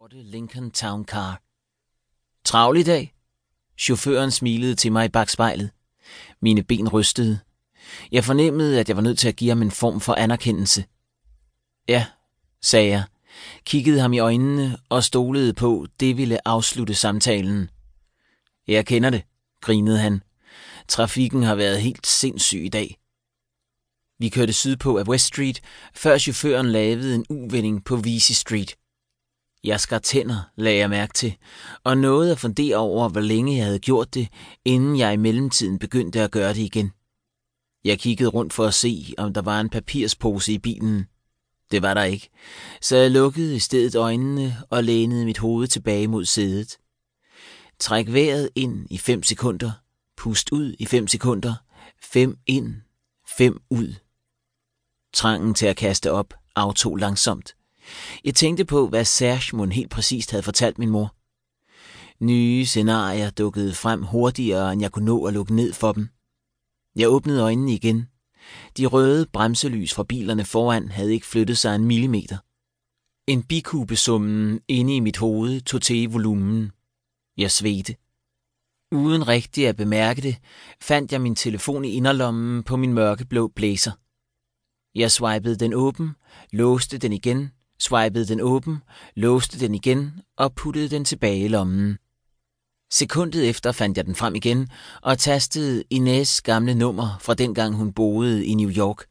sorte Lincoln Town Car. Travl i dag? Chaufføren smilede til mig i bagspejlet. Mine ben rystede. Jeg fornemmede, at jeg var nødt til at give ham en form for anerkendelse. Ja, sagde jeg, kiggede ham i øjnene og stolede på, det ville afslutte samtalen. Jeg kender det, grinede han. Trafikken har været helt sindssyg i dag. Vi kørte sydpå af West Street, før chaufføren lavede en uvending på Vesey Street. Jeg skar tænder, lagde jeg mærke til, og nåede at fundere over, hvor længe jeg havde gjort det, inden jeg i mellemtiden begyndte at gøre det igen. Jeg kiggede rundt for at se, om der var en papirspose i bilen. Det var der ikke, så jeg lukkede i stedet øjnene og lænede mit hoved tilbage mod sædet. Træk vejret ind i 5 sekunder, pust ud i 5 sekunder, 5 ind, 5 ud. Trangen til at kaste op aftog langsomt. Jeg tænkte på, hvad Serge mon helt præcist havde fortalt min mor. Nye scenarier dukkede frem hurtigere, end jeg kunne nå at lukke ned for dem. Jeg åbnede øjnene igen. De røde bremselys fra bilerne foran havde ikke flyttet sig en millimeter. En bikubesummen inde i mit hoved tog til i volumen. Jeg svedte. Uden rigtig at bemærke det, fandt jeg min telefon i inderlommen på min mørkeblå blæser. Jeg swipede den åben, låste den igen, swipede den åben, låste den igen og puttede den tilbage i lommen. Sekundet efter fandt jeg den frem igen og tastede Inés gamle nummer fra dengang hun boede i New York.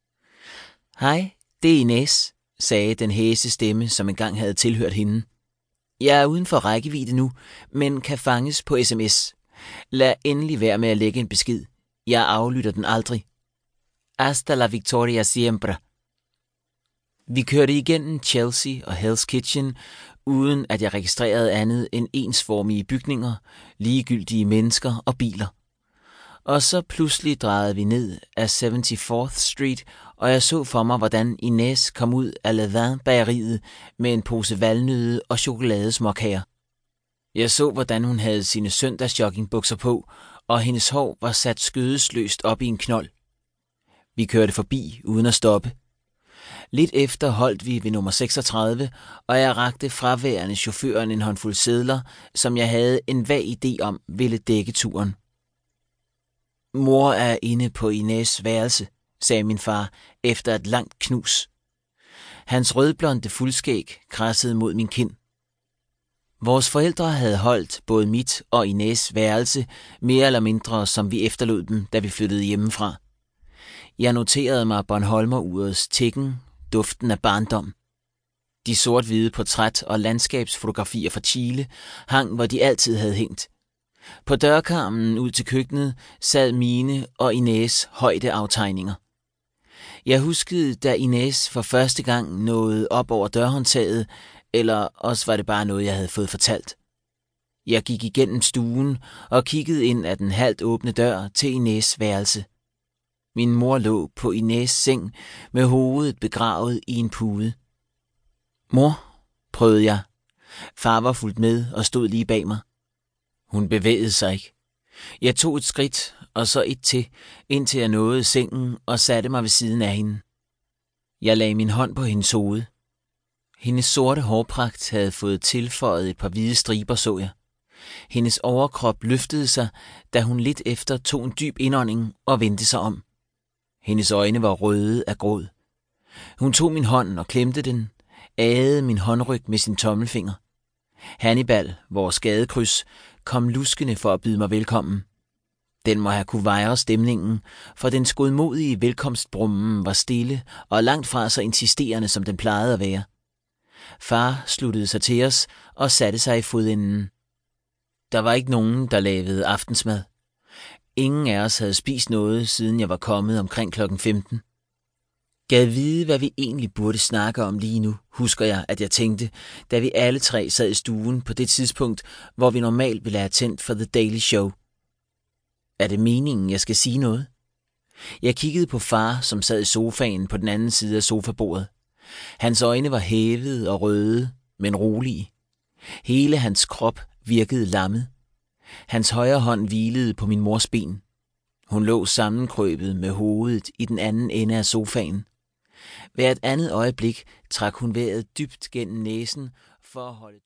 Hej, det er Inés, sagde den hæse stemme, som engang havde tilhørt hende. Jeg er uden for rækkevidde nu, men kan fanges på sms. Lad endelig være med at lægge en besked. Jeg aflytter den aldrig. Hasta la victoria siempre. Vi kørte igennem Chelsea og Hell's Kitchen, uden at jeg registrerede andet end ensformige bygninger, ligegyldige mennesker og biler. Og så pludselig drejede vi ned af 74th Street, og jeg så for mig, hvordan Inés kom ud af Le Vin-bageriet med en pose valnødde og chokoladesmåkager. Jeg så, hvordan hun havde sine søndagsjoggingbukser på, og hendes hår var sat skødesløst op i en knold. Vi kørte forbi uden at stoppe. Lidt efter holdt vi ved nummer 36, og jeg rakte fraværende chaufføren en håndfuld sedler, som jeg havde en vag idé om ville dække turen. Mor er inde på Inés værelse, sagde min far efter et langt knus. Hans rødblonde fuldskæg kradsede mod min kind. Vores forældre havde holdt både mit og Inés værelse mere eller mindre, som vi efterlod dem, da vi flyttede hjemmefra. Jeg noterede mig Bornholmer-urets tikken, duften af barndom. De sort-hvide portræt- og landskabsfotografier fra Chile hang, hvor de altid havde hængt. På dørkarmen ud til køkkenet sad mine og Inés højdeaftegninger. Jeg huskede, da Inés for første gang nåede op over dørhåndtaget, eller også var det bare noget, jeg havde fået fortalt. Jeg gik igennem stuen og kiggede ind ad den halvt åbne dør til Inés værelse. Min mor lå på Inés seng med hovedet begravet i en pude. Mor, prøvede jeg. Far var fulgt med og stod lige bag mig. Hun bevægede sig ikke. Jeg tog et skridt, og så et til, indtil jeg nåede sengen og satte mig ved siden af hende. Jeg lagde min hånd på hendes hoved. Hendes sorte hårpragt havde fået tilføjet et par hvide striber, så jeg. Hendes overkrop løftede sig, da hun lidt efter tog en dyb indånding og vendte sig om. Hendes øjne var røde af gråd. Hun tog min hånd og klemte den, agede min håndryg med sin tommelfinger. Hannibal, vores gadekryds, kom luskende for at byde mig velkommen. Den må have kunne vejre stemningen, for den godmodige velkomstbrummen var stille og langt fra så insisterende, som den plejede at være. Far sluttede sig til os og satte sig i fodenden. Der var ikke nogen, der lavede aftensmad. Ingen af os havde spist noget, siden jeg var kommet omkring klokken 15. Gad vide, hvad vi egentlig burde snakke om lige nu, husker jeg, at jeg tænkte, da vi alle tre sad i stuen på det tidspunkt, hvor vi normalt ville have tændt for The Daily Show. Er det meningen, jeg skal sige noget? Jeg kiggede på far, som sad i sofaen på den anden side af sofabordet. Hans øjne var hævede og røde, men rolige. Hele hans krop virkede lammet. Hans højre hånd hvilede på min mors ben. Hun lå sammenkrøbet med hovedet i den anden ende af sofaen. Hvert andet øjeblik trak hun vejret dybt gennem næsen for at holde